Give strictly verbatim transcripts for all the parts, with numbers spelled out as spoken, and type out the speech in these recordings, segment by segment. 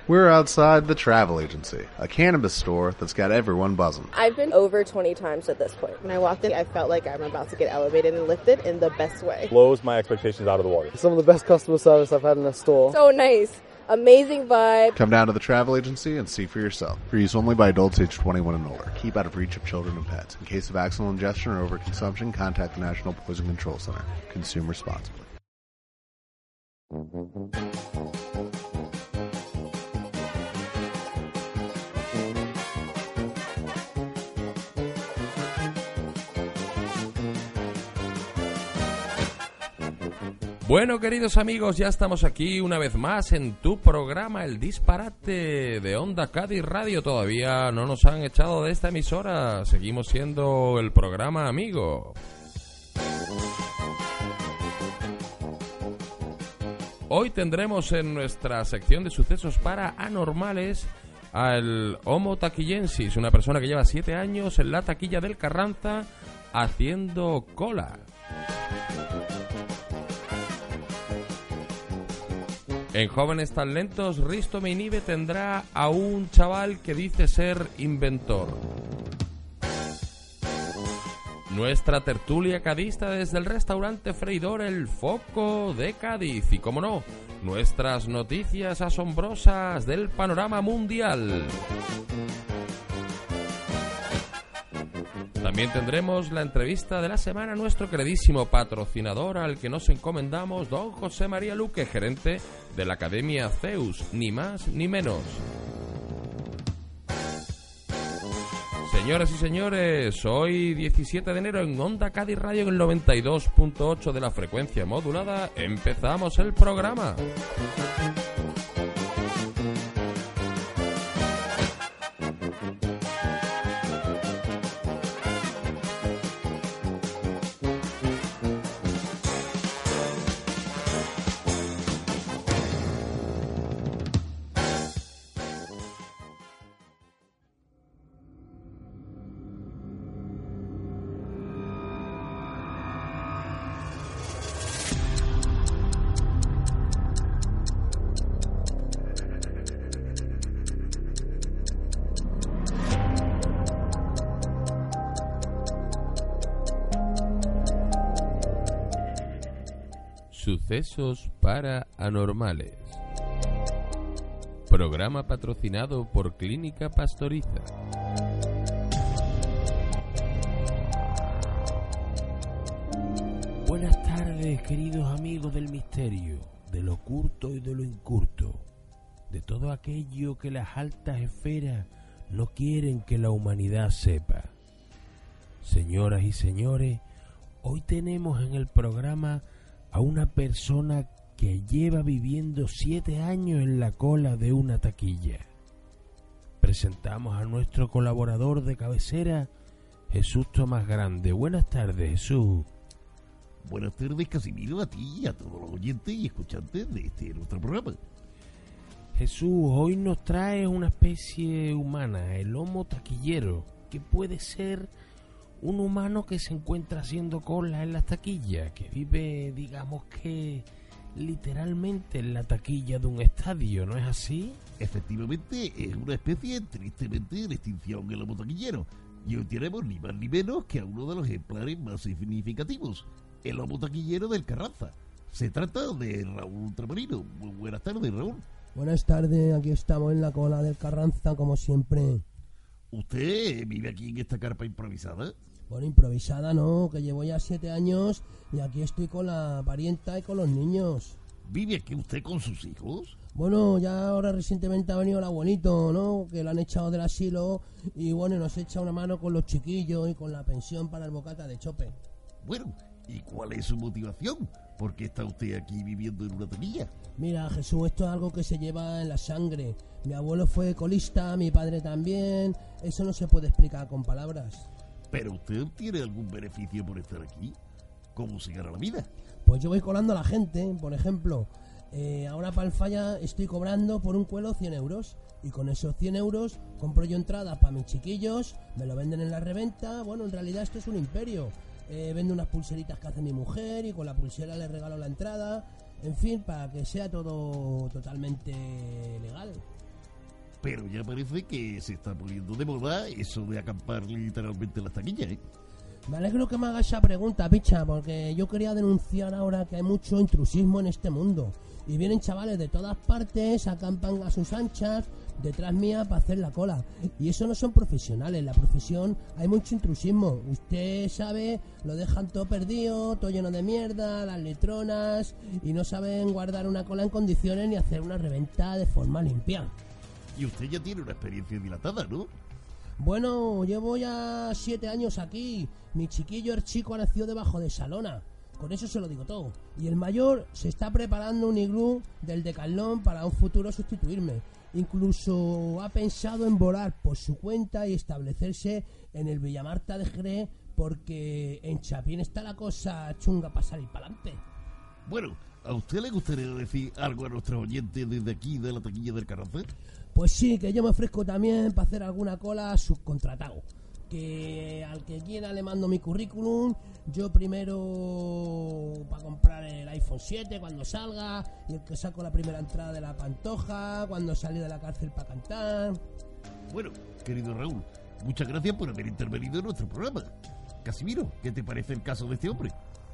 We're outside the Travel Agency, a cannabis store that's got everyone buzzing. I've been over twenty times at this point. When I walked in, I felt like I'm about to get elevated and lifted in the best way. Blows my expectations out of the water. Some of the best customer service I've had in a store. So nice. Amazing vibe. Come down to the Travel Agency and see for yourself. For use only by adults aged twenty-one and older. Keep out of reach of children and pets. In case of accidental ingestion or overconsumption, contact the National Poison Control Center. Consume responsibly. Bueno, queridos amigos, ya estamos aquí una vez más en tu programa El Disparate de Onda Cádiz Radio. Todavía no nos han echado de esta emisora, seguimos siendo el programa amigo. Hoy tendremos en nuestra sección de sucesos para anormales al Homo taquillensis, una persona que lleva siete años en la taquilla del Carranza haciendo cola. En Jóvenes tan lentos, Risto me inhibe tendrá a un chaval que dice ser inventor. Nuestra tertulia cadista desde el restaurante freidor El Foco de Cádiz. Y como no, nuestras noticias asombrosas del panorama mundial. También tendremos la entrevista de la semana a nuestro queridísimo patrocinador al que nos encomendamos, don José María Luque, gerente de la Academia Zeus, ni más ni menos. Señoras y señores, hoy diecisiete de enero en Onda Cádiz Radio en el noventa y dos punto ocho de la frecuencia modulada, empezamos el programa. Sucesos para anormales. Programa patrocinado por Clínica Pastoriza. Buenas tardes, queridos amigos del misterio, de lo oculto y de lo incurto, de todo aquello que las altas esferas no quieren que la humanidad sepa. Señoras y señores, hoy tenemos en el programa a una persona que lleva viviendo siete años en la cola de una taquilla. Presentamos a nuestro colaborador de cabecera, Jesús Tomás Grande. Buenas tardes, Jesús. Buenas tardes, Casimiro, a ti y a todos los oyentes y escuchantes de este nuestro programa. Jesús, hoy nos trae una especie humana, el Homo taquillero, que puede ser un humano que se encuentra haciendo cola en las taquillas, que vive, digamos que, literalmente en la taquilla de un estadio, ¿no es así? Efectivamente, es una especie tristemente en extinción el homo taquillero. Y hoy tenemos ni más ni menos que a uno de los ejemplares más significativos, el homo taquillero del Carranza. Se trata de Raúl Tramarino. Muy buenas tardes, Raúl. Buenas tardes, aquí estamos en la cola del Carranza, como siempre. ¿Usted vive aquí en esta carpa improvisada? Bueno, improvisada no, que llevo ya siete años y aquí estoy con la parienta y con los niños. ¿Vive aquí usted con sus hijos? Bueno, ya ahora recientemente ha venido el abuelito, ¿no? Que lo han echado del asilo y bueno, nos echa una mano con los chiquillos y con la pensión para el bocata de chope. Bueno, ¿y cuál es su motivación? ¿Por qué está usted aquí viviendo en una taquilla? Mira, Jesús, esto es algo que se lleva en la sangre. Mi abuelo fue colista, mi padre también. Eso no se puede explicar con palabras. ¿Pero usted tiene algún beneficio por estar aquí? ¿Cómo se gana la vida? Pues yo voy colando a la gente, por ejemplo. Eh, ahora para el falla estoy cobrando por un cuelo cien euros. Y con esos cien euros compro yo entradas para mis chiquillos, me lo venden en la reventa. Bueno, en realidad esto es un imperio. Eh, vendo unas pulseritas que hace mi mujer y con la pulsera le regalo la entrada. En fin, para que sea todo totalmente legal. Pero ya parece que se está poniendo de moda eso de acampar literalmente en las taquillas, ¿eh? Me alegro que me haga esa pregunta, picha, porque yo quería denunciar ahora que hay mucho intrusismo en este mundo. Y vienen chavales de todas partes, acampan a sus anchas, detrás mía para hacer la cola. Y eso no son profesionales, en la profesión hay mucho intrusismo. Usted sabe, lo dejan todo perdido, todo lleno de mierda, las litronas, y no saben guardar una cola en condiciones ni hacer una reventa de forma limpia. Y usted ya tiene una experiencia dilatada, ¿no? Bueno, llevo ya siete años aquí. Mi chiquillo, el chico, ha nacido debajo de Salona. Con eso se lo digo todo. Y el mayor se está preparando un iglú del Decathlon para un futuro sustituirme. Incluso ha pensado en volar por su cuenta y establecerse en el Villamarta de Jerez, porque en Chapín está la cosa chunga para salir para adelante. Bueno, ¿a usted le gustaría decir algo a nuestros oyentes desde aquí de la taquilla del Carranza? Pues sí, que yo me ofrezco también para hacer alguna cola subcontratado. Que al que quiera le mando mi currículum. Yo primero para comprar el iPhone siete cuando salga, y el que saco la primera entrada de la Pantoja cuando salí de la cárcel para cantar. Bueno, querido Raúl, muchas gracias por haber intervenido en nuestro programa. Casimiro, ¿qué te parece el caso de este hombre?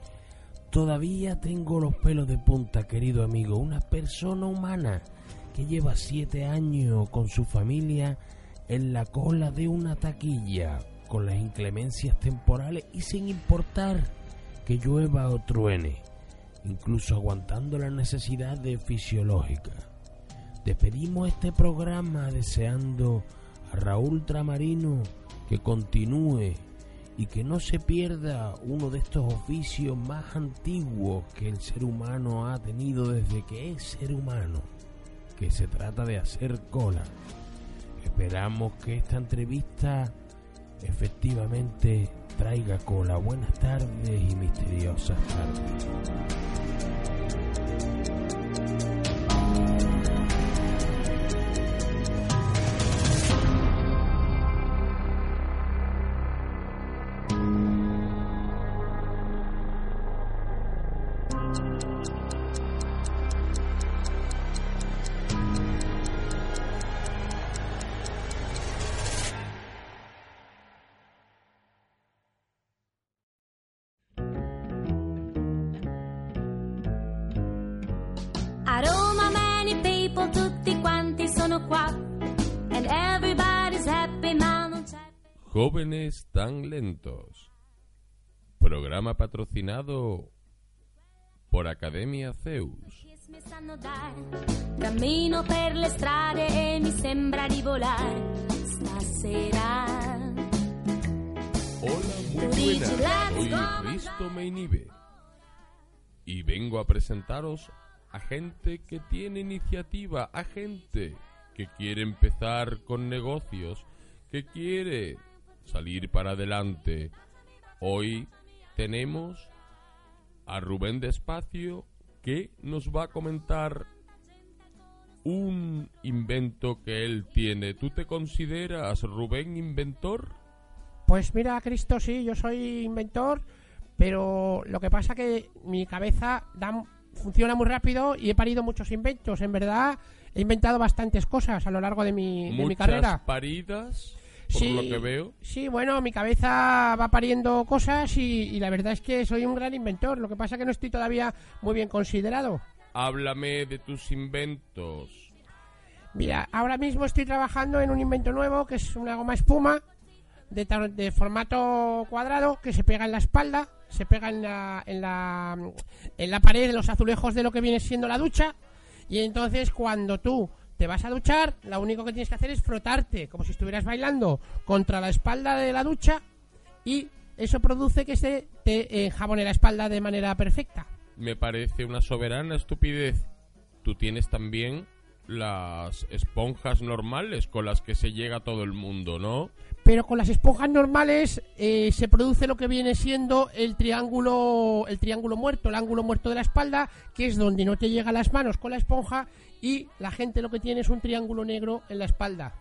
Todavía tengo los pelos de punta, querido amigo. Una persona humana que lleva siete años con su familia en la cola de una taquilla, con las inclemencias temporales y sin importar que llueva o truene, incluso aguantando las necesidades fisiológicas. Despedimos este programa deseando a Raúl Tramarino que continúe y que no se pierda uno de estos oficios más antiguos que el ser humano ha tenido desde que es ser humano, que se trata de hacer cola. Esperamos que esta entrevista efectivamente traiga cola. Buenas tardes y misteriosas tardes. A Roma many people, tutti quanti sono qua, and everybody's happy, ma non c'è. Jóvenes tan lentos. Programa patrocinado por Academia Zeus. Mi sanno dare, cammino per le strade e mi sembra di volare stasera. Hola, muy buenas. Soy Risto Meinive y vengo a presentaros a gente que tiene iniciativa, a gente que quiere empezar con negocios, que quiere salir para adelante. Hoy tenemos a Rubén Despacio, que nos va a comentar un invento que él tiene. ¿Tú te consideras, Rubén, inventor? Pues mira, Cristo, sí, yo soy inventor, pero lo que pasa que mi cabeza da, funciona muy rápido y he parido muchos inventos. En verdad, he inventado bastantes cosas a lo largo de mi, de mi carrera. ¿Muchas paridas, por sí, lo que veo? Sí, bueno, mi cabeza va pariendo cosas y, y la verdad es que soy un gran inventor. Lo que pasa que no estoy todavía muy bien considerado. Háblame de tus inventos. Mira, ahora mismo estoy trabajando en un invento nuevo que es una goma espuma de, de formato cuadrado que se pega en la espalda, se pega en la, en la en la pared de los azulejos de lo que viene siendo la ducha, y entonces cuando tú te vas a duchar, lo único que tienes que hacer es frotarte como si estuvieras bailando contra la espalda de la ducha, y eso produce que se te enjabone la espalda de manera perfecta. Me parece una soberana estupidez. Tú tienes también las esponjas normales con las que se llega todo el mundo, ¿no? Pero con las esponjas normales eh, se produce lo que viene siendo el triángulo el triángulo muerto, el ángulo muerto de la espalda, que es donde no te llegan las manos con la esponja, y la gente lo que tiene es un triángulo negro en la espalda.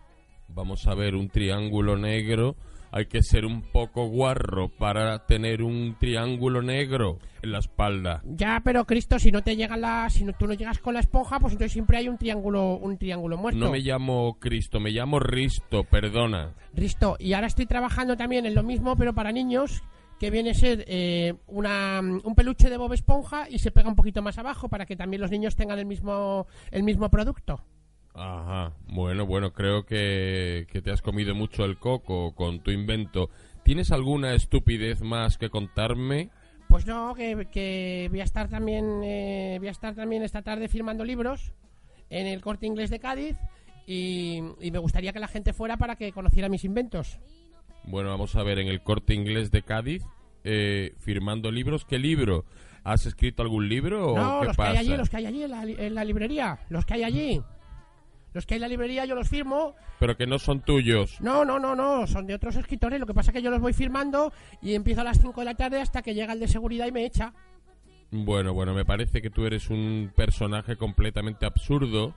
Vamos a ver, un triángulo negro. Hay que ser un poco guarro para tener un triángulo negro en la espalda. Ya, pero Cristo, si no te llega la, si no, tú no llegas con la esponja, pues entonces siempre hay un triángulo, un triángulo muerto. No me llamo Cristo, me llamo Risto, perdona. Risto, y ahora estoy trabajando también en lo mismo, pero para niños, que viene a ser eh, una, un peluche de Bob Esponja y se pega un poquito más abajo para que también los niños tengan el mismo, el mismo producto. Ajá, bueno, bueno, creo que, que te has comido mucho el coco con tu invento. ¿Tienes alguna estupidez más que contarme? Pues no, que, que voy a estar también eh, voy a estar también esta tarde firmando libros en el Corte Inglés de Cádiz y, y me gustaría que la gente fuera para que conociera mis inventos. Bueno, vamos a ver, en el Corte Inglés de Cádiz, eh, firmando libros, ¿qué libro? ¿Has escrito algún libro o no, qué los pasa? que hay allí, los que hay allí en la, en la librería, los que hay allí. Los que hay en la librería yo los firmo. Pero que no son tuyos. No, no, no, no, son de otros escritores. Lo que pasa es que yo los voy firmando y empiezo a las cinco de la tarde hasta que llega el de seguridad y me echa. Bueno, bueno, me parece que tú eres un personaje completamente absurdo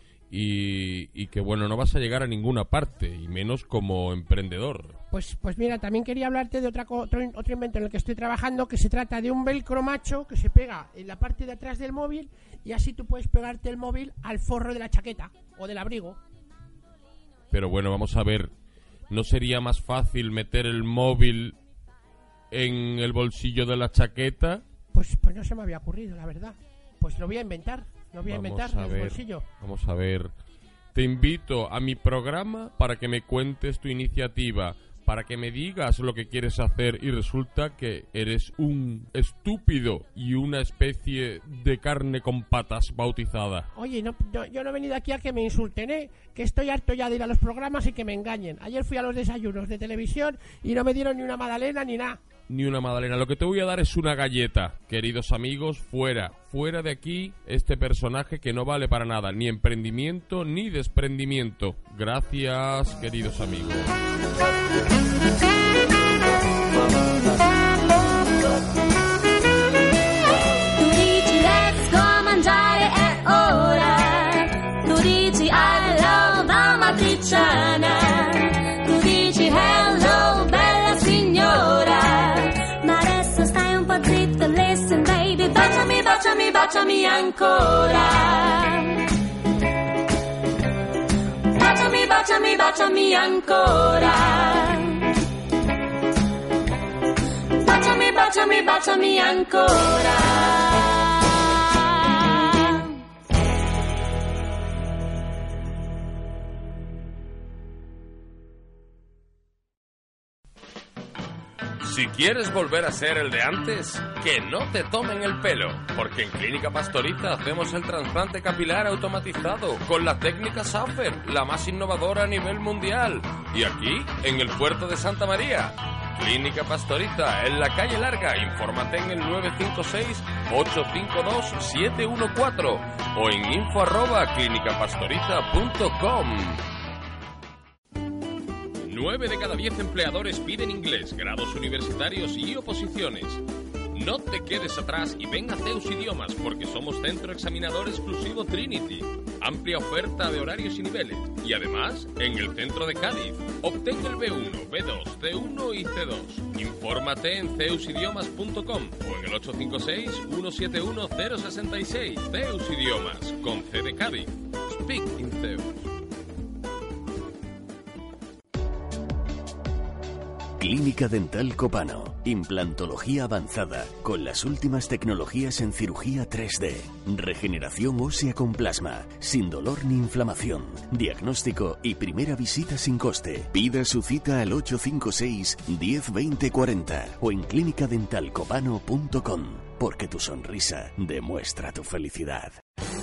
y, y que, bueno, no vas a llegar a ninguna parte, y menos como emprendedor. Pues pues mira, también quería hablarte de otra co- otro, otro invento en el que estoy trabajando, que se trata de un velcro macho que se pega en la parte de atrás del móvil y así tú puedes pegarte el móvil al forro de la chaqueta o del abrigo. Pero bueno, vamos a ver, ¿no sería más fácil meter el móvil en el bolsillo de la chaqueta? Pues pues no se me había ocurrido, la verdad. Pues lo voy a inventar, lo voy a Vamos inventar a en el ver, bolsillo. Vamos a ver. Te invito a mi programa para que me cuentes tu iniciativa, para que me digas lo que quieres hacer y resulta que eres un estúpido y una especie de carne con patas bautizada. Oye, no, no, yo no he venido aquí a que me insulten, ¿eh? Que estoy harto ya de ir a los programas y que me engañen. Ayer fui a los desayunos de televisión y no me dieron ni una magdalena ni nada. Ni una magdalena. Lo que te voy a dar es una galleta. Queridos amigos, fuera. Fuera de aquí este personaje que no vale para nada. Ni emprendimiento ni desprendimiento. Gracias, queridos amigos. Tu dici let's go a mangiare è ora. Tu dici I love amatriciana. Tu dici hello bella signora. Ma adesso stai un po' zitto, listen baby. Baciami, baciami, baciami ancora. Baciami, baciami, baciami ancora. Baciami, baciami, baciami ancora. Si quieres volver a ser el de antes, que no te tomen el pelo, porque en Clínica Pastoriza hacemos el trasplante capilar automatizado con la técnica Saufer, la más innovadora a nivel mundial. Y aquí, en el puerto de Santa María. Clínica Pastoriza, en la calle Larga. Infórmate en el nueve cinco seis, ocho cinco dos, siete uno cuatro o en info arroba clínicapastoriza punto com. nueve de cada diez empleadores piden inglés, grados universitarios y oposiciones. No te quedes atrás y ven a Zeus Idiomas, porque somos centro examinador exclusivo Trinity. Amplia oferta de horarios y niveles. Y además, en el centro de Cádiz. Obtén el B uno, B dos, C uno y C dos. Infórmate en zeus idiomas punto com o en el ocho cinco seis, uno siete uno, cero seis seis. Zeus Idiomas, con C de Cádiz. Speak in Zeus. Clínica Dental Copano. Implantología avanzada con las últimas tecnologías en cirugía tres D. Regeneración ósea con plasma, sin dolor ni inflamación. Diagnóstico y primera visita sin coste. Pida su cita al ocho cinco seis, diez veinte cuarenta o en clínica dental copano punto com, porque tu sonrisa demuestra tu felicidad.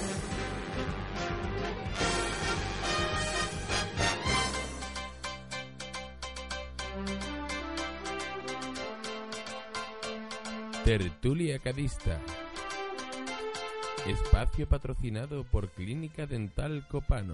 Tertulia Cadista. Espacio patrocinado por Clínica Dental Copano.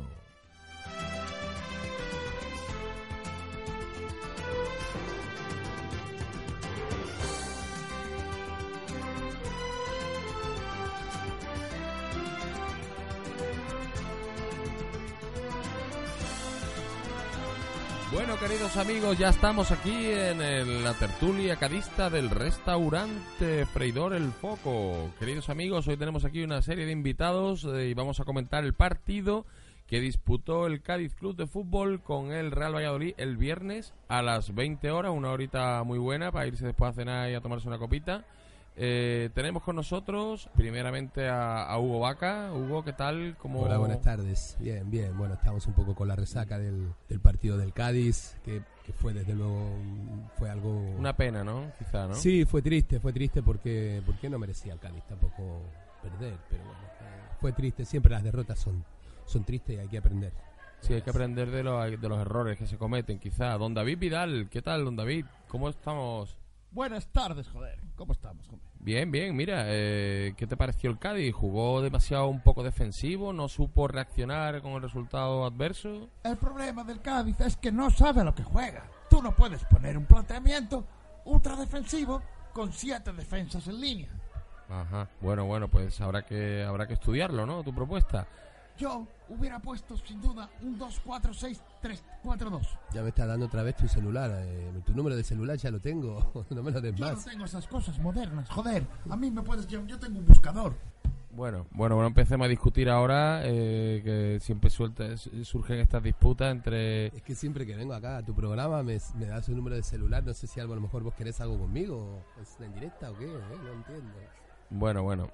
Bueno, queridos amigos, ya estamos aquí en el- la tertulia cadista del restaurante Freidor El Foco. Queridos amigos, hoy tenemos aquí una serie de invitados eh, y vamos a comentar el partido que disputó el Cádiz Club de Fútbol con el Real Valladolid el viernes a las veinte horas, una horita muy buena para irse después a cenar y a tomarse una copita. Eh, tenemos con nosotros primeramente a, a Hugo Vaca. Hugo, ¿qué tal? ¿Cómo... Hola, buenas tardes. Bien, bien. Bueno, estamos un poco con la resaca del, del partido del Cádiz, que, que fue desde luego fue algo... Una pena, ¿no? Quizá, ¿no? Sí, fue triste, fue triste porque, porque no merecía el Cádiz tampoco perder, pero bueno, eh, fue triste. Siempre las derrotas son, son tristes y hay que aprender. Sí, hay que aprender de los, de los errores que se cometen, quizá. Don David Vidal, ¿qué tal, don David? ¿Cómo estamos? Buenas tardes, joder. ¿Cómo estamos, joder? Bien, bien, mira, eh, ¿qué te pareció el Cádiz? ¿Jugó demasiado un poco defensivo? ¿No supo reaccionar con el resultado adverso? El problema del Cádiz es que no sabe a lo que juega. Tú no puedes poner un planteamiento ultra defensivo con siete defensas en línea. Ajá, bueno, bueno, pues habrá que habrá que estudiarlo, ¿no? Tu propuesta. Yo hubiera puesto sin duda un dos cuatro seis tres cuatro dos. Ya me está dando otra vez tu celular. Eh, tu número de celular ya lo tengo. No me lo des Yo no más. tengo esas cosas modernas, joder. A mí me puedes... Yo, yo tengo un buscador. Bueno, bueno, bueno, empecemos a discutir ahora, eh, que siempre suelta, surgen estas disputas entre... Es que siempre que vengo acá a tu programa me, me das un número de celular. No sé si algo, a lo mejor vos querés algo conmigo. ¿Es una indirecta o qué? ¿Eh? No entiendo. Bueno, bueno.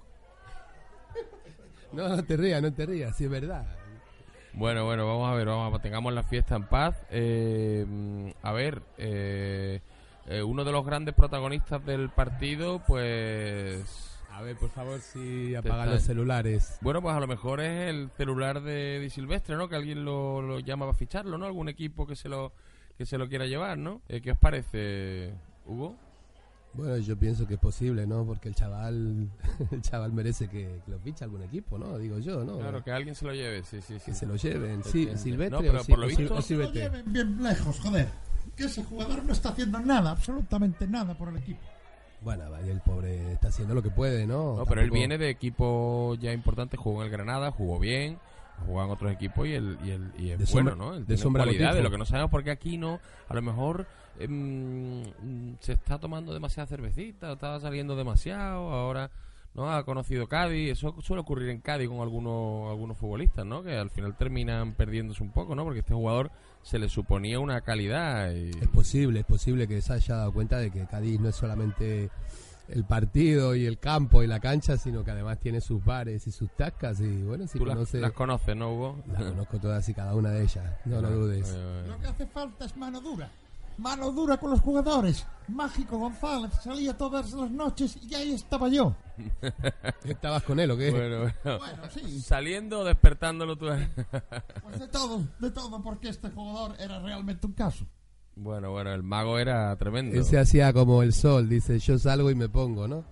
No, no te rías, no te rías, sí es verdad. Bueno, bueno, vamos a ver, vamos a tengamos la fiesta en paz. Eh, a ver, eh, eh, uno de los grandes protagonistas del partido, pues... A ver, por favor, si Te apagan está- los celulares. Bueno, pues a lo mejor es el celular de Di Silvestre, ¿no? Que alguien lo, lo llama para ficharlo, ¿no? Algún equipo que se lo que se lo quiera llevar, ¿no? Eh, ¿Qué os parece, Hugo? Bueno, yo pienso que es posible, ¿no? Porque el chaval el chaval merece que, que lo fiche algún equipo, ¿no? Digo yo, ¿no? Claro, que alguien se lo lleve, sí, sí, sí. Que se lo lleven, Se sí, entiende. Silvestre No, pero o, por lo o visto... o Lo Silvestre. lleven bien lejos, joder. Que ese jugador no está haciendo nada, absolutamente nada por el equipo. Bueno, vaya, el pobre está haciendo lo que puede, ¿no? No, pero él Tampoco- viene de equipo ya importante, jugó en el Granada, jugó bien, jugó en otros equipos y, el, y, el, y es De bueno, sombra- ¿no? Él de tiene sombra cualidades, motivo. lo que no sabemos porque aquí no, a lo mejor em, se está tomando demasiada cervecita, está saliendo demasiado, ahora no ha conocido Cádiz, eso suele ocurrir en Cádiz con algunos algunos futbolistas, ¿no? Que al final terminan perdiéndose un poco, ¿no? Porque este jugador se le suponía una calidad y... Es posible, es posible que se haya dado cuenta de que Cádiz no es solamente el partido y el campo y la cancha, sino que además tiene sus bares y sus tascas y bueno, si Tú las, conoce... las conoces, ¿no, Hugo? Las conozco todas y cada una de ellas, no lo dudes. Lo que hace falta es mano dura. Mano dura con los jugadores. Mágico González salía todas las noches y ahí estaba yo. ¿Estabas con él o qué? Bueno, bueno. Bueno, sí. Saliendo o despertándolo tú. Pues de todo, de todo, porque este jugador era realmente un caso. Bueno, bueno, el mago era tremendo. Él se hacía como el sol, dice, yo salgo y me pongo, ¿no?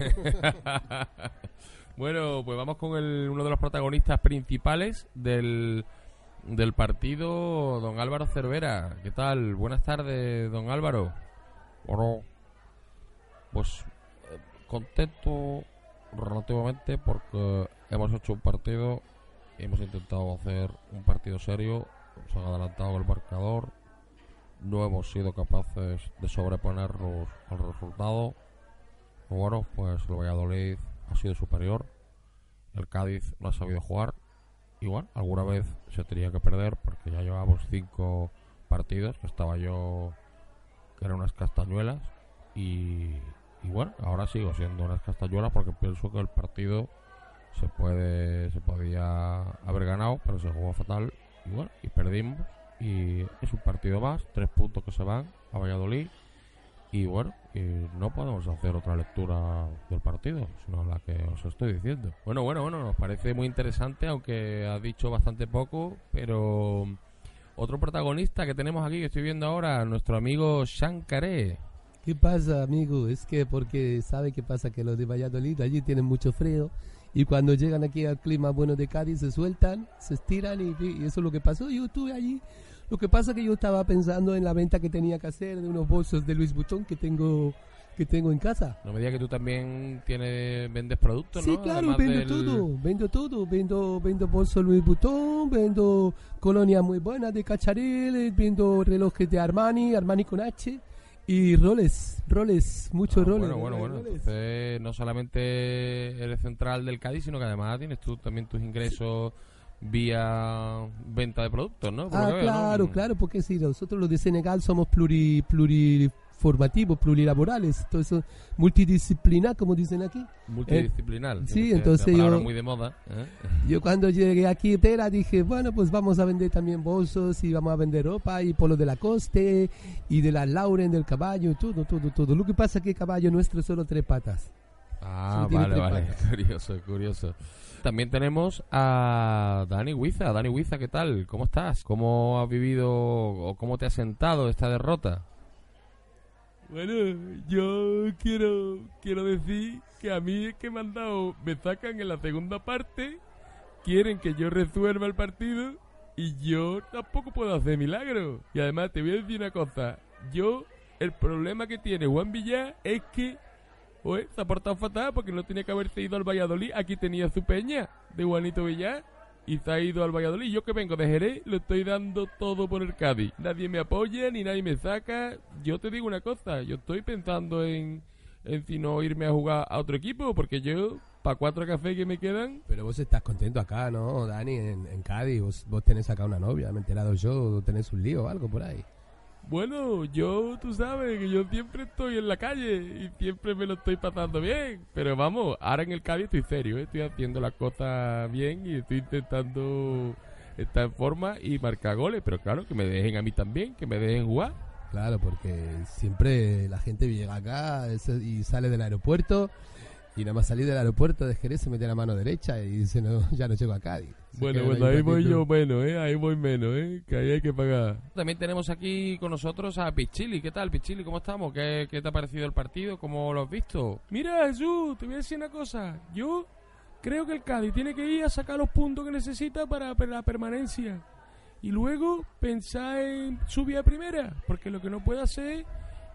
Bueno, pues vamos con el, uno de los protagonistas principales del, del partido, don Álvaro Cervera. ¿Qué tal? Buenas tardes, don Álvaro. Bueno, pues eh, contento relativamente porque hemos hecho un partido, hemos intentado hacer un partido serio, se ha adelantado el marcador, no hemos sido capaces de sobreponernos al resultado. Bueno, pues el Valladolid ha sido superior, el Cádiz no ha sabido jugar y bueno, alguna vez se tenía que perder porque ya llevamos cinco partidos que estaba yo que eran unas castañuelas y, y bueno, ahora sigo siendo unas castañuelas porque pienso que el partido se puede se podía haber ganado, pero se jugó fatal y bueno, y perdimos y es un partido más, tres puntos que se van a Valladolid y bueno, y no podemos hacer otra lectura del partido, sino la que os estoy diciendo. Bueno, bueno, bueno, nos parece muy interesante, aunque ha dicho bastante poco, pero otro protagonista que tenemos aquí, que estoy viendo ahora, nuestro amigo Shankaré. ¿Qué pasa, amigo? Es que porque sabe qué pasa, que los de Valladolid allí tienen mucho frío y cuando llegan aquí al clima bueno de Cádiz se sueltan, se estiran y, y eso es lo que pasó. Yo estuve allí. Lo que pasa es que yo estaba pensando en la venta que tenía que hacer de unos bolsos de Louis Vuitton que tengo que tengo en casa. No me digas que tú también tienes, vendes productos, Sí, ¿no? claro, Además vendo del- todo, vendo todo, vendo, vendo bolsos Louis Vuitton, vendo colonias muy buenas de Cacharel, vendo relojes de Armani, Armani con H, y roles, roles, muchos Ah, roles. Bueno, bueno, bueno. roles. Entonces, no solamente eres central del Cádiz, sino que además tienes tú también tus ingresos vía venta de productos, ¿no? Por lo Ah, que veo, claro, ¿no? claro, porque si nosotros los de Senegal somos pluri, pluriformativos, plurilaborales, todo eso, multidisciplinar, como dicen aquí. Multidisciplinar. Eh, Yo sí, no sé, entonces una palabra yo, muy de moda, ¿eh? yo cuando llegué aquí a Pera dije, bueno, pues vamos a vender también bolsos y vamos a vender ropa y polo de Lacoste y de la Lauren del caballo, todo, todo, todo. Lo que pasa es que el caballo nuestro es solo tres patas. Ah, Solo tiene vale, tres vale. patas. Curioso, curioso. También tenemos a Dani Huiza. Dani Huiza, ¿qué tal? ¿Cómo estás? ¿Cómo has vivido o cómo te ha sentado esta derrota? Bueno, yo quiero quiero decir que a mí es que me han dado, me sacan en la segunda parte, quieren que yo resuelva el partido y yo tampoco puedo hacer milagros. Y además te voy a decir una cosa, yo, el problema que tiene Juan Villar es que oye, se ha portado fatal porque no tenía que haberse ido al Valladolid. Aquí tenía su peña de Juanito Villar y se ha ido al Valladolid. Yo que vengo de Jerez, lo estoy dando todo por el Cádiz. Nadie me apoya, ni nadie me saca. Yo te digo una cosa, yo estoy pensando en, en si no irme a jugar a otro equipo, porque yo, para cuatro cafés que me quedan... Pero vos estás contento acá, ¿no, Dani? En, en Cádiz, vos, vos tenés acá una novia, me he enterado yo, o tenés un lío o algo por ahí. Bueno, yo, tú sabes que yo siempre estoy en la calle y siempre me lo estoy pasando bien. Pero vamos, ahora en el Cádiz estoy serio, ¿eh? Estoy haciendo las cosas bien y estoy intentando estar en forma y marcar goles. Pero claro, que me dejen a mí también, que me dejen jugar. Claro, porque siempre la gente llega acá eso- y sale del aeropuerto y nada más salir del aeropuerto de Jerez se mete la mano derecha y dice, no, ya no llego a Cádiz. Se Bueno, quedan bueno, ahí voy batiendo. yo menos, ¿eh? Ahí voy menos, ¿eh? Que ahí hay que pagar. También tenemos aquí con nosotros a Pichili. ¿Qué tal, Pichili? ¿Cómo estamos? ¿Qué, qué te ha parecido el partido? ¿Cómo lo has visto? Mira, Jesús, te voy a decir una cosa. Yo creo que el Cádiz tiene que ir a sacar los puntos que necesita para per- la permanencia. Y luego pensar en subir a primera. Porque lo que no puede hacer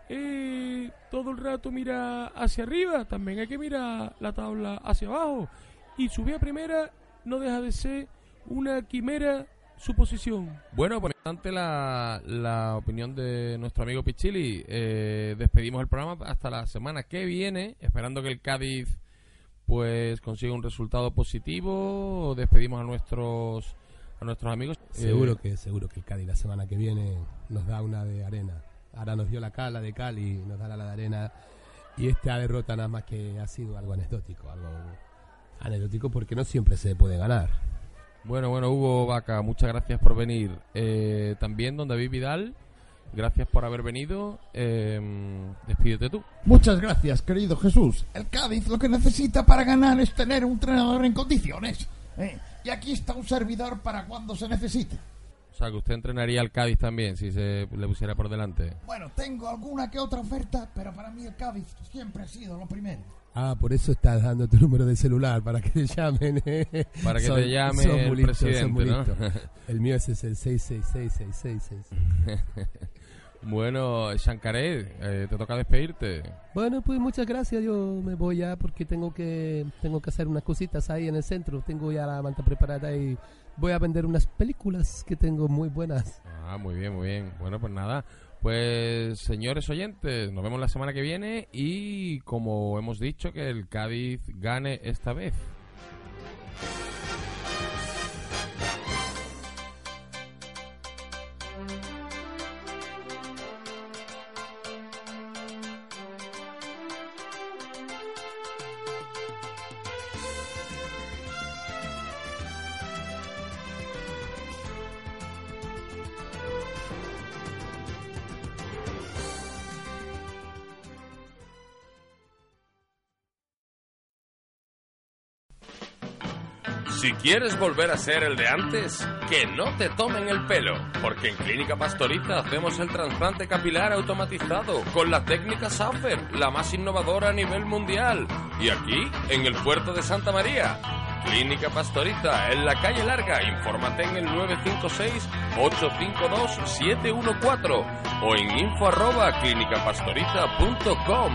es todo el rato mirar hacia arriba. También hay que mirar la tabla hacia abajo. Y subir a primera no deja de ser una quimera suposición. Bueno, pues ante la, la opinión de nuestro amigo Pichili, eh, despedimos el programa hasta la semana que viene, esperando que el Cádiz pues consiga un resultado positivo. Despedimos a nuestros a nuestros amigos. Seguro Eh, que seguro que el Cádiz la semana que viene nos da una de arena. Ahora nos dio la cala de Cali, nos da la de arena. Y esta derrota nada más que ha sido algo anecdótico, algo anecdótico porque no siempre se puede ganar. Bueno, bueno, Hugo Vaca, muchas gracias por venir. Eh, también, don David Vidal, gracias por haber venido. Eh, despídete tú. Muchas gracias, querido Jesús. El Cádiz lo que necesita para ganar es tener un entrenador en condiciones. ¿eh? Y aquí está un servidor para cuando se necesite. O sea, que usted entrenaría al Cádiz también, si se le pusiera por delante. Bueno, tengo alguna que otra oferta, pero para mí el Cádiz siempre ha sido lo primero. Ah, por eso estás dando tu número de celular, para que te llamen. ¿eh? Para que Son- te llame son el muy listos, son presidente, muy ¿no? listos. El mío ese es el seis seis seis seis seis seis. Bueno, Shankaré, eh, te toca despedirte. Bueno, pues muchas gracias. Yo me voy ya porque tengo que tengo que hacer unas cositas ahí en el centro. Tengo ya la manta preparada y voy a vender unas películas que tengo muy buenas. Ah, muy bien, muy bien. Bueno, pues nada. Pues señores oyentes, nos vemos la semana que viene y como hemos dicho, que el Cádiz gane esta vez. Si quieres volver a ser el de antes, que no te tomen el pelo, porque en Clínica Pastoriza hacemos el trasplante capilar automatizado con la técnica Safer, la más innovadora a nivel mundial, y aquí, en el puerto de Santa María. Clínica Pastoriza, en la calle Larga. Infórmate en el nueve cinco seis, ocho cinco dos, siete uno cuatro o en info arroba clínica pastoriza punto com.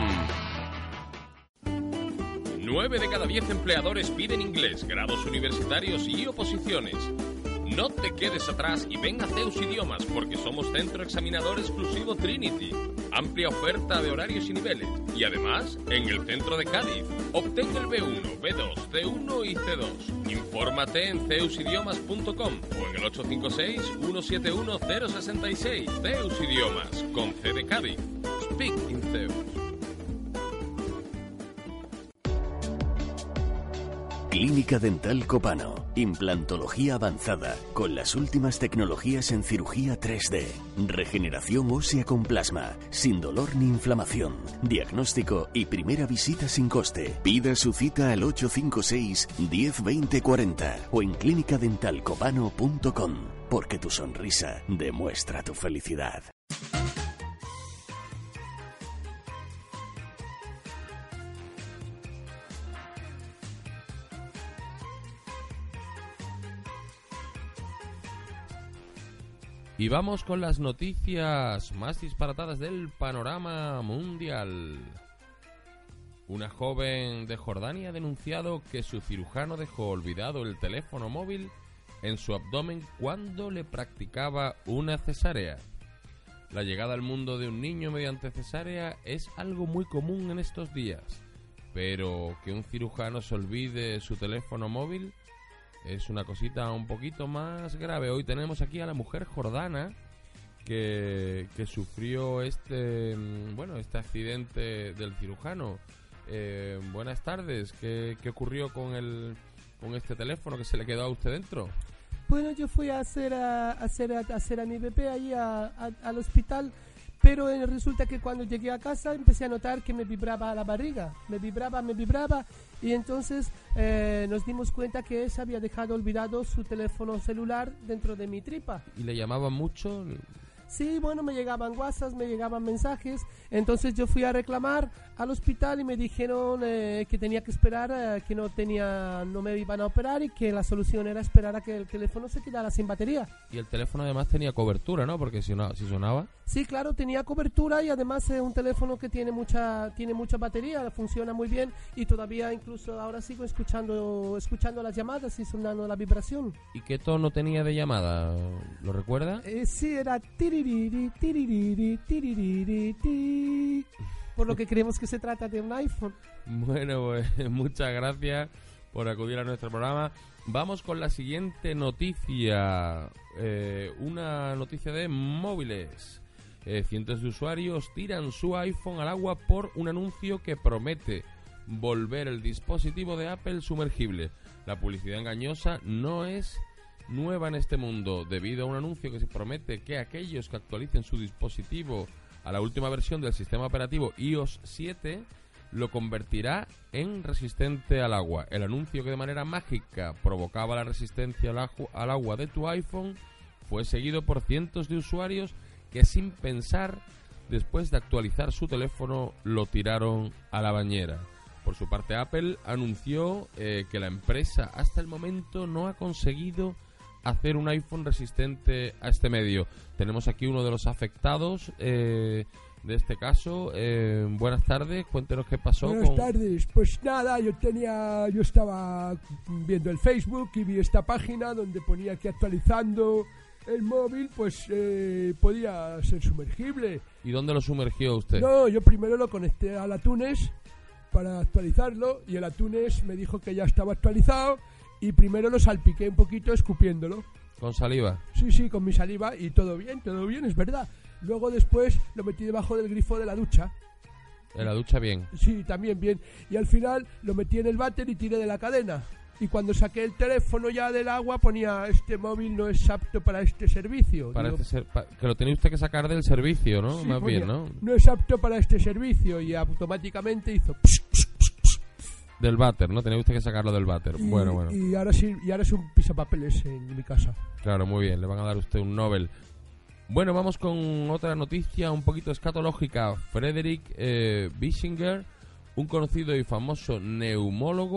nueve de cada diez empleadores piden inglés, grados universitarios y oposiciones. No te quedes atrás y ven a Zeus Idiomas, porque somos centro examinador exclusivo Trinity. Amplia oferta de horarios y niveles. Y además, en el centro de Cádiz. Obtén el B uno, B dos, C uno y C dos. Infórmate en zeus idiomas punto com o en el ocho cinco seis, uno siete uno, cero seis seis. Zeus Idiomas, con C de Cádiz. Speak in Zeus. Clínica Dental Copano. Implantología avanzada, con las últimas tecnologías en cirugía tres D. Regeneración ósea con plasma, sin dolor ni inflamación. Diagnóstico y primera visita sin coste. Pida su cita al ocho cinco seis, diez veinte cuarenta o en clínica dental copano punto com, porque tu sonrisa demuestra tu felicidad. Y vamos con las noticias más disparatadas del panorama mundial. Una joven de Jordania ha denunciado que su cirujano dejó olvidado el teléfono móvil en su abdomen cuando le practicaba una cesárea. La llegada al mundo de un niño mediante cesárea es algo muy común en estos días, pero que un cirujano se olvide su teléfono móvil es una cosita un poquito más grave. Hoy tenemos aquí a la mujer jordana que, que sufrió este bueno este accidente del cirujano. Eh, buenas tardes. ¿Qué, qué ocurrió con el con este teléfono que se le quedó a usted dentro? Bueno, yo fui a hacer a, a hacer a, a hacer a mi bebé ahí a, a, al hospital, pero eh, resulta que cuando llegué a casa empecé a notar que me vibraba la barriga, me vibraba, me vibraba, y entonces eh, nos dimos cuenta que él se había dejado olvidado su teléfono celular dentro de mi tripa. ¿Y le llamaban mucho? Sí, bueno, me llegaban WhatsApp, me llegaban mensajes. Entonces yo fui a reclamar al hospital y me dijeron eh, que tenía que esperar, eh, que no tenía, no me iban a operar y que la solución era esperar a que el teléfono se quedara sin batería. Y el teléfono además tenía cobertura, ¿no? Porque si, no, si sonaba... Sí, claro, tenía cobertura y además es un teléfono que tiene mucha tiene mucha batería, funciona muy bien y todavía incluso ahora sigo escuchando escuchando las llamadas y sonando la vibración. ¿Y qué tono tenía de llamada? ¿Lo recuerda? Eh, sí, era tiririri, tiririri, tiririri, ti. Por lo que creemos que se trata de un iPhone. Bueno, pues muchas gracias por acudir a nuestro programa. Vamos con la siguiente noticia, eh, una noticia de móviles. Eh, cientos de usuarios tiran su iPhone al agua por un anuncio que promete volver el dispositivo de Apple sumergible. La publicidad engañosa no es nueva en este mundo, debido a un anuncio que se promete que aquellos que actualicen su dispositivo a la última versión del sistema operativo i O S siete lo convertirá en resistente al agua. El anuncio, que de manera mágica provocaba la resistencia al, agu- al agua de tu iPhone, fue seguido por cientos de usuarios que sin pensar, después de actualizar su teléfono, lo tiraron a la bañera. Por su parte, Apple anunció eh, que la empresa hasta el momento no ha conseguido hacer un iPhone resistente a este medio. Tenemos aquí uno de los afectados eh, de este caso. Eh, buenas tardes, cuéntenos qué pasó. Buenas con... tardes, pues nada, yo tenía, yo estaba viendo el Facebook y vi esta página donde ponía que actualizando el móvil, pues eh, podía ser sumergible. ¿Y dónde lo sumergió usted? No, yo primero lo conecté al iTunes para actualizarlo y el iTunes me dijo que ya estaba actualizado y primero lo salpiqué un poquito escupiéndolo. ¿Con saliva? Sí, sí, con mi saliva y todo bien, todo bien, es verdad. Luego después lo metí debajo del grifo de la ducha. ¿En la ducha bien? Sí, también bien. Y al final lo metí en el váter y tiré de la cadena. Y cuando saqué el teléfono ya del agua ponía: este móvil no es apto para este servicio. Para Digo, este ser, pa, que lo tenía usted que sacar del servicio, ¿no? sí, Más ponía, bien, ¿no? No es apto para este servicio. Y automáticamente hizo... Del váter, ¿no? Tenía usted que sacarlo del váter. Y, bueno, bueno. Y ahora sí, y ahora es un pisapapeles en mi casa. Claro, muy bien. Le van a dar a usted un Nobel. Bueno, vamos con otra noticia un poquito escatológica. Frederick eh, Bischinger, un conocido y famoso neumólogo,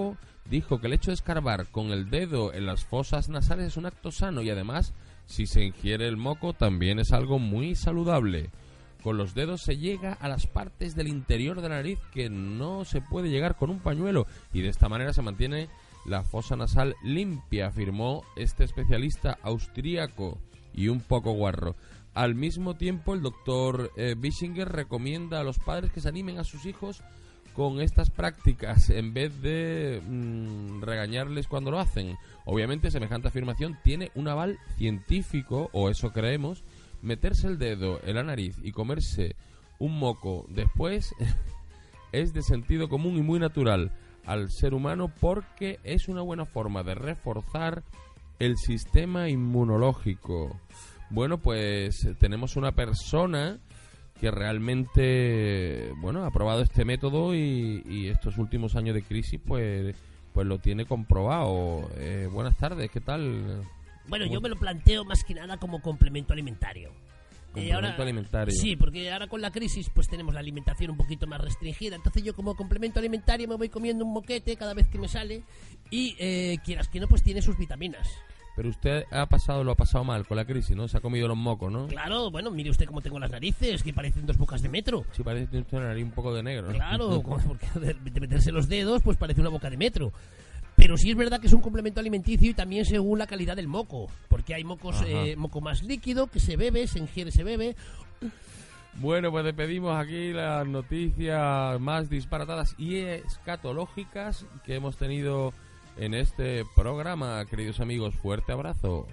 dijo que el hecho de escarbar con el dedo en las fosas nasales es un acto sano y además, si se ingiere el moco, también es algo muy saludable. Con los dedos se llega a las partes del interior de la nariz que no se puede llegar con un pañuelo y de esta manera se mantiene la fosa nasal limpia, afirmó este especialista austríaco y un poco guarro. Al mismo tiempo, el doctor eh, Bischinger recomienda a los padres que se animen a sus hijos con estas prácticas en vez de mmm, regañarles cuando lo hacen. Obviamente, semejante afirmación tiene un aval científico, o eso creemos. Meterse el dedo en la nariz y comerse un moco después es de sentido común y muy natural al ser humano porque es una buena forma de reforzar el sistema inmunológico. Bueno, pues tenemos una persona que realmente, bueno, ha probado este método y, y estos últimos años de crisis, pues, pues lo tiene comprobado. Eh, buenas tardes, ¿qué tal? Bueno, yo me lo planteo más que nada como complemento alimentario. Complemento eh, ahora, alimentario. Sí, porque ahora con la crisis pues tenemos la alimentación un poquito más restringida. Entonces yo como complemento alimentario me voy comiendo un moquete cada vez que me sale y eh, quieras que no, pues tiene sus vitaminas. Pero usted ha pasado, lo ha pasado mal con la crisis, ¿no? Se ha comido los mocos, ¿no? Claro, bueno, mire usted cómo tengo las narices, que parecen dos bocas de metro. Sí, parece que tiene usted una nariz un poco de negro, ¿no? Claro, porque de meterse los dedos, pues parece una boca de metro. Pero sí es verdad que es un complemento alimenticio y también según la calidad del moco. Porque hay mocos, eh, moco más líquido, que se bebe, se ingiere, se bebe. Bueno, pues despedimos aquí las noticias más disparatadas y escatológicas que hemos tenido en este programa, queridos amigos. Fuerte abrazo.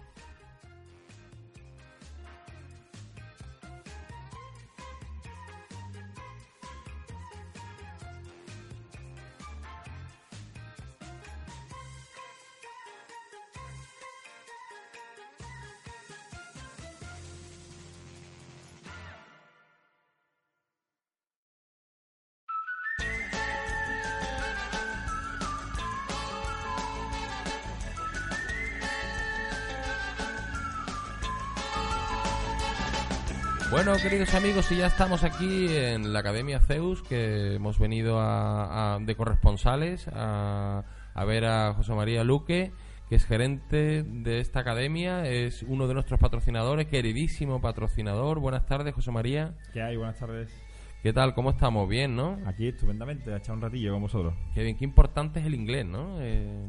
Bueno, queridos amigos, y ya estamos aquí en la Academia Zeus, que hemos venido a, a, de corresponsales a, a ver a José María Luque, que es gerente de esta academia, es uno de nuestros patrocinadores, queridísimo patrocinador. Buenas tardes, José María. ¿Qué hay? Buenas tardes. ¿Qué tal? ¿Cómo estamos? Bien, ¿no? Aquí estupendamente, ha echado un ratillo con vosotros. Qué bien, qué importante es el inglés, ¿no? Eh...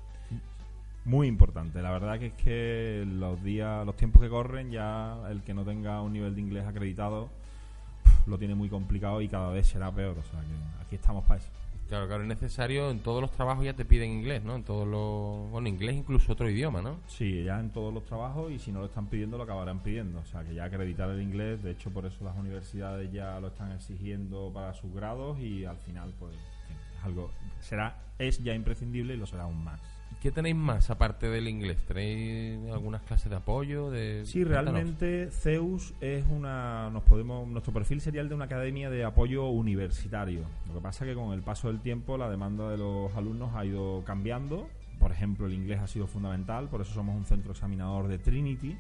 Muy importante, la verdad que es que los días, los tiempos que corren, ya el que no tenga un nivel de inglés acreditado lo tiene muy complicado y cada vez será peor, o sea que aquí estamos para eso. Claro, claro, es necesario, en todos los trabajos ya te piden inglés, ¿no? En todos los, bueno, inglés incluso otro idioma, ¿no? Sí, ya en todos los trabajos, y si no lo están pidiendo lo acabarán pidiendo, o sea que ya acreditar el inglés, de hecho por eso las universidades ya lo están exigiendo para sus grados y al final pues es algo, será, es ya imprescindible y lo será aún más. ¿Qué tenéis más aparte del inglés? ¿Tenéis algunas clases de apoyo? De... Sí, realmente Zeus es una, nos podemos, nuestro perfil sería el de una academia de apoyo universitario. Lo que pasa es que con el paso del tiempo la demanda de los alumnos ha ido cambiando. Por ejemplo, el inglés ha sido fundamental, por eso somos un centro examinador de Trinity.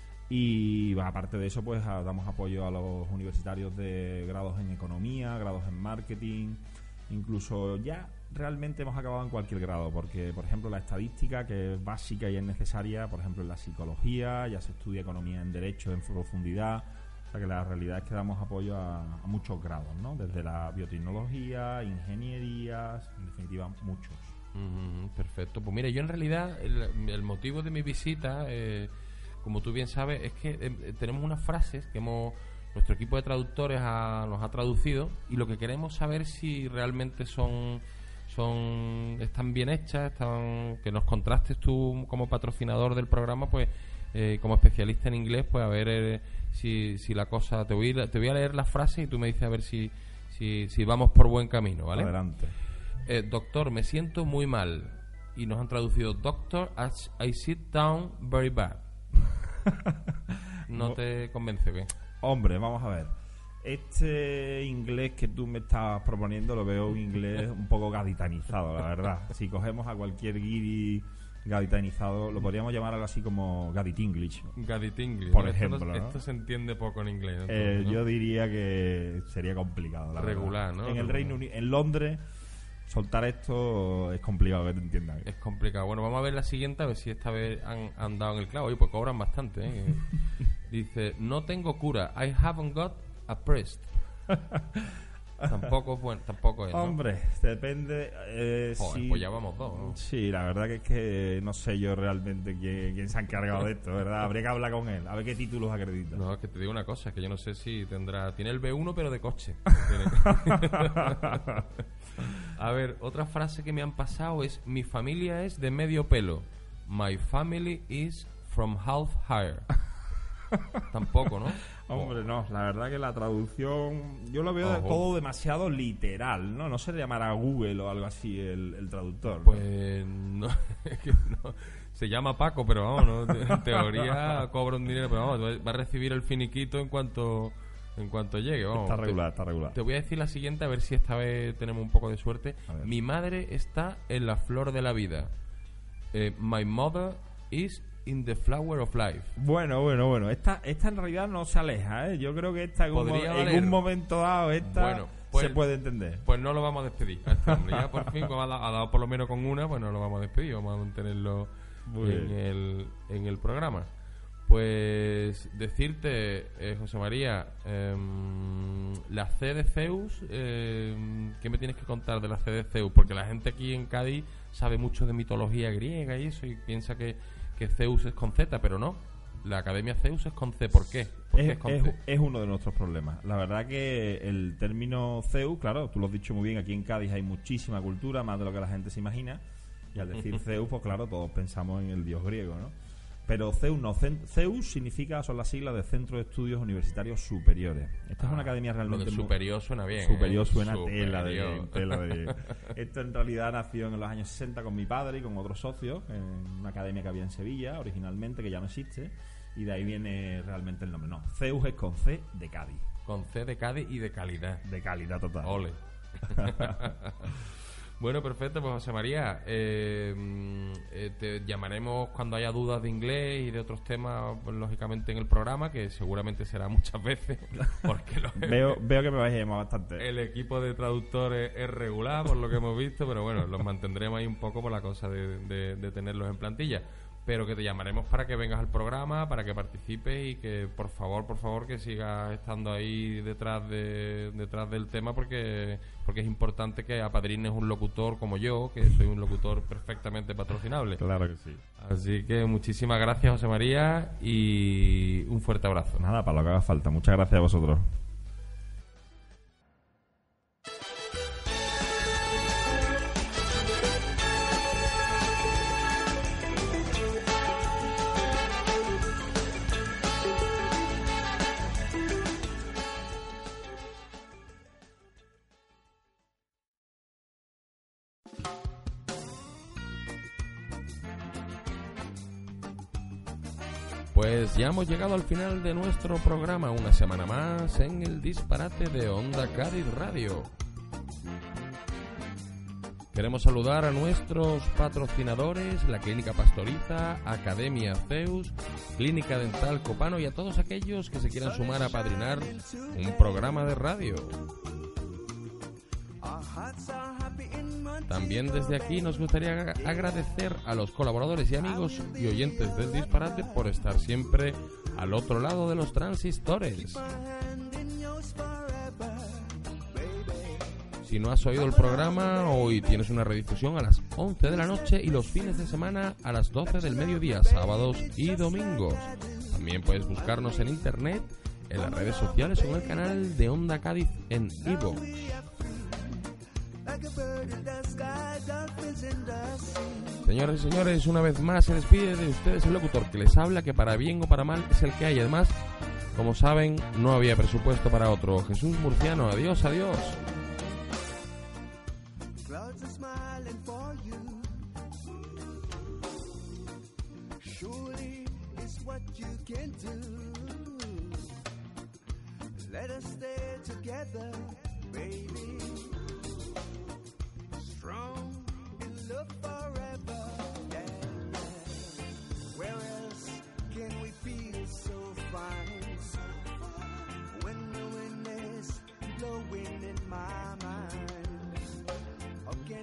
Y aparte de eso, pues damos apoyo a los universitarios de grados en economía, grados en marketing, incluso ya realmente hemos acabado en cualquier grado, porque por ejemplo la estadística, que es básica y es necesaria, por ejemplo en la psicología, ya se estudia economía en derecho en profundidad, o sea que la realidad es que damos apoyo a, a muchos grados, ¿no? Desde la biotecnología, ingenierías, en definitiva muchos. Mm, perfecto, pues mira, yo en realidad el, el motivo de mi visita, eh, como tú bien sabes, es que eh, tenemos unas frases que hemos... Nuestro equipo de traductores ha, nos ha traducido y lo que queremos saber si realmente son, son están bien hechas, están, que nos contrastes tú como patrocinador del programa, pues eh, como especialista en inglés, pues a ver eh, si, si la cosa... Te voy, a, te voy a leer las frases y tú me dices a ver si, si, si vamos por buen camino, ¿vale? Adelante. Eh, doctor, me siento muy mal. Y nos han traducido, Doctor, I sit down very bad. ¿No te convence o qué? Hombre, vamos a ver. Este inglés que tú me estás proponiendo lo veo un inglés un poco gaditanizado, la verdad. Si cogemos a cualquier guiri gaditanizado, lo podríamos llamar algo así como Gaditinglish. Gaditinglish. Por esto ejemplo, no, ¿no? Esto se entiende poco en inglés, ¿no? Eh, ¿no? Yo diría que sería complicado, la Regular, verdad. ¿no? En el Regular. Reino Unido, en Londres, soltar esto es complicado que te entiendan. Es complicado. Bueno, vamos a ver la siguiente, a ver si esta vez han, han dado en el clavo. Oye, pues cobran bastante, ¿eh? Dice, no tengo cura. I haven't got a priest. Tampoco es bueno, tampoco es, ¿no? Hombre, depende. Eh, Joder, si... pues ya vamos dos, ¿no? Sí, la verdad que es que no sé yo realmente quién, quién se ha encargado de esto, ¿verdad? Habría que hablar con él, a ver qué títulos acredita. No, es que te digo una cosa, es que yo no sé si tendrá... Tiene el B uno, pero de coche. A ver, otra frase que me han pasado es: mi familia es de medio pelo. My family is from half hair. Tampoco, ¿no? Hombre, no, la verdad que la traducción yo lo veo Ojo. todo demasiado literal, ¿no? No se le llamará Google o algo así el, el traductor. Pues no, es que no. Se llama Paco, pero vamos, ¿no? En teoría cobra un dinero, pero vamos, va a recibir el finiquito en cuanto en cuanto llegue, vamos. Está regular, te, está regular. Te voy a decir la siguiente, a ver si esta vez tenemos un poco de suerte. Mi madre está en la flor de la vida. Eh, my mother is in the flower of life. Bueno, bueno, bueno. Esta, esta en realidad no se aleja, ¿eh? Yo creo que esta en, un, mo- Podría en valer. un momento dado esta Bueno, pues- se puede entender. Pues no lo vamos a despedir a este hombre. Ya por fin, como ha dado, ha dado por lo menos con una, pues no lo vamos a despedir. Vamos a mantenerlo Muy en bien. el, en el programa. Pues decirte, eh, José María, em, la C de Zeus, em, ¿qué me tienes que contar de la C de Zeus? Porque la gente aquí en Cádiz sabe mucho de mitología griega y eso, y piensa que, que Zeus es con Z, pero no. La Academia Zeus es con C. ¿Por qué? ¿Por qué Es, es con es- C? es uno de nuestros problemas. La verdad que el término Zeus, claro, tú lo has dicho muy bien, aquí en Cádiz hay muchísima cultura, más de lo que la gente se imagina, y al decir Zeus, pues claro, todos pensamos en el dios griego, ¿no? Pero Zeus no, Cen- Zeus significa, son las siglas de Centro de Estudios Universitarios Superiores. Esta es una academia realmente Lo de muy- superior suena bien, Superior ¿eh? suena Superior. tela de, tela de... Esto en realidad nació en los años sesenta con mi padre y con otros socios, en una academia que había en Sevilla originalmente, que ya no existe, y de ahí viene realmente el nombre. No, Zeus es con C de Cádiz. Con C de Cádiz y de calidad. De calidad total. Ole. Bueno, perfecto, pues José María, eh, mm, eh, te llamaremos cuando haya dudas de inglés y de otros temas, pues, lógicamente en el programa, que seguramente será muchas veces, porque lo- Veo, veo que me vais a llamar bastante. el equipo de traductores es regular, por lo que hemos visto, pero bueno, los mantendremos ahí un poco por la cosa de, de- de tenerlos en plantilla. Pero que te llamaremos para que vengas al programa, para que participes y que por favor, por favor, que sigas estando ahí detrás de detrás del tema, porque porque es importante que apadrines un locutor como yo, que soy un locutor perfectamente patrocinable. Claro que sí. Así que muchísimas gracias, José María, y un fuerte abrazo. Nada, para lo que haga falta. Muchas gracias a vosotros. Pues ya hemos llegado al final de nuestro programa, una semana más en el disparate de Onda Cádiz Radio. Queremos saludar a nuestros patrocinadores, la Clínica Pastoriza, Academia Zeus, Clínica Dental Copano y a todos aquellos que se quieran sumar a padrinar un programa de radio. También desde aquí nos gustaría ag- agradecer a los colaboradores y amigos y oyentes del disparate por estar siempre al otro lado de los transistores. Si no has oído el programa, hoy tienes una redifusión a las once de la noche y los fines de semana a las doce del mediodía, sábados y domingos. También puedes buscarnos en internet, en las redes sociales o en el canal de Onda Cádiz en iVoox. Señoras y señores, una vez más se despide de ustedes el locutor que les habla, que para bien o para mal es el que hay. Además, como saben, no había presupuesto para otro. Jesús Murciano, adiós, adiós. Clouds are smiling for you. Surely it's what you can do. Let us stay together, baby. Strong in love forever. Yeah, yeah. Where else can we feel so fine? When the wind is blowing in my mind. How can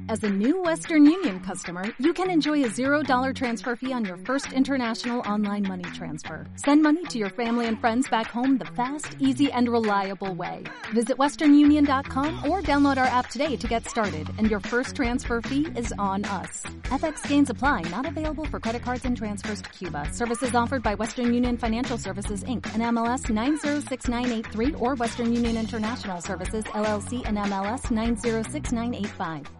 As a new Western Union customer, you can enjoy a zero dollar transfer fee on your first international online money transfer. Send money to your family and friends back home the fast, easy, and reliable way. Visit western union dot com or download our app today to get started, and your first transfer fee is on us. F X gains apply, not available for credit cards and transfers to Cuba. Services offered by Western Union Financial Services, Incorporated and M L S nine zero six nine eight three or Western Union International Services, L L C and M L S nine zero six nine eight five.